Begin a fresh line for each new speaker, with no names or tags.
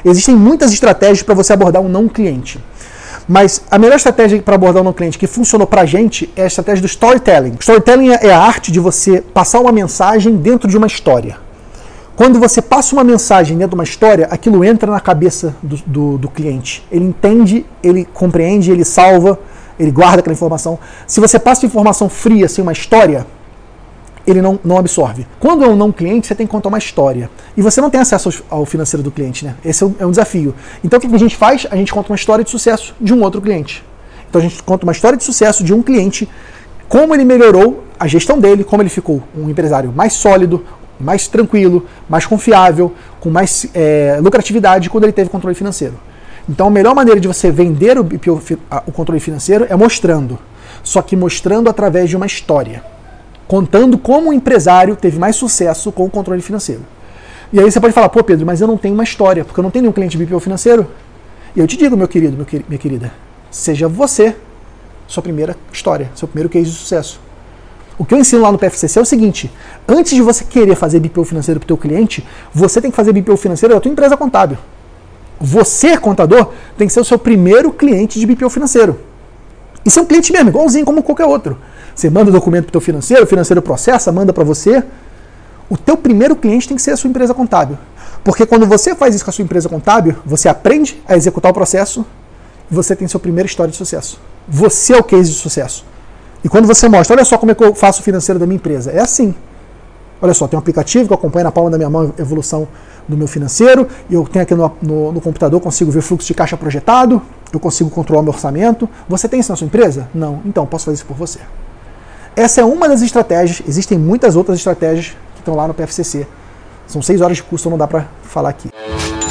Existem muitas estratégias para você abordar um não cliente. Mas a melhor estratégia para abordar um não cliente que funcionou para a gente é a estratégia do storytelling. Storytelling é a arte de você passar uma mensagem dentro de uma história. Quando você passa uma mensagem dentro de uma história, aquilo entra na cabeça do cliente. Ele entende, ele compreende, ele salva, ele guarda aquela informação. Se você passa informação fria sem uma história, ele não absorve. Quando é um não cliente, você tem que contar uma história. E você não tem acesso ao financeiro do cliente, né? Esse é um desafio. Então o que a gente faz? A gente conta uma história de sucesso de um outro cliente. Então a gente conta uma história de sucesso de um cliente, como ele melhorou a gestão dele, como ele ficou um empresário mais sólido, mais tranquilo, mais confiável, com mais lucratividade quando ele teve controle financeiro. Então a melhor maneira de você vender o controle financeiro é mostrando. Só que mostrando através de uma história. Contando como o empresário teve mais sucesso com o controle financeiro. E aí você pode falar, pô Pedro, mas eu não tenho uma história, porque eu não tenho nenhum cliente BPO financeiro. E eu te digo, meu querido, minha querida, seja você sua primeira história, seu primeiro case de sucesso. O que eu ensino lá no PFCC é o seguinte, antes de você querer fazer BPO financeiro para o teu cliente, você tem que fazer BPO financeiro da tua empresa contábil. Você, contador, tem que ser o seu primeiro cliente de BPO financeiro. E ser um cliente mesmo, igualzinho como qualquer outro. Você manda o documento para o teu financeiro, o financeiro processa, manda para você. O teu primeiro cliente tem que ser a sua empresa contábil. Porque quando você faz isso com a sua empresa contábil, você aprende a executar o processo e você tem sua primeira história de sucesso. Você é o case de sucesso. E quando você mostra, olha só como é que eu faço o financeiro da minha empresa. É assim. Olha só, tem um aplicativo que eu acompanho na palma da minha mão a evolução do meu financeiro, e eu tenho aqui no computador, consigo ver o fluxo de caixa projetado, eu consigo controlar meu orçamento. Você tem isso na sua empresa? Não. Então, posso fazer isso por você. Essa é uma das estratégias, existem muitas outras estratégias que estão lá no PFCC. São 6 horas de curso, não dá para falar aqui.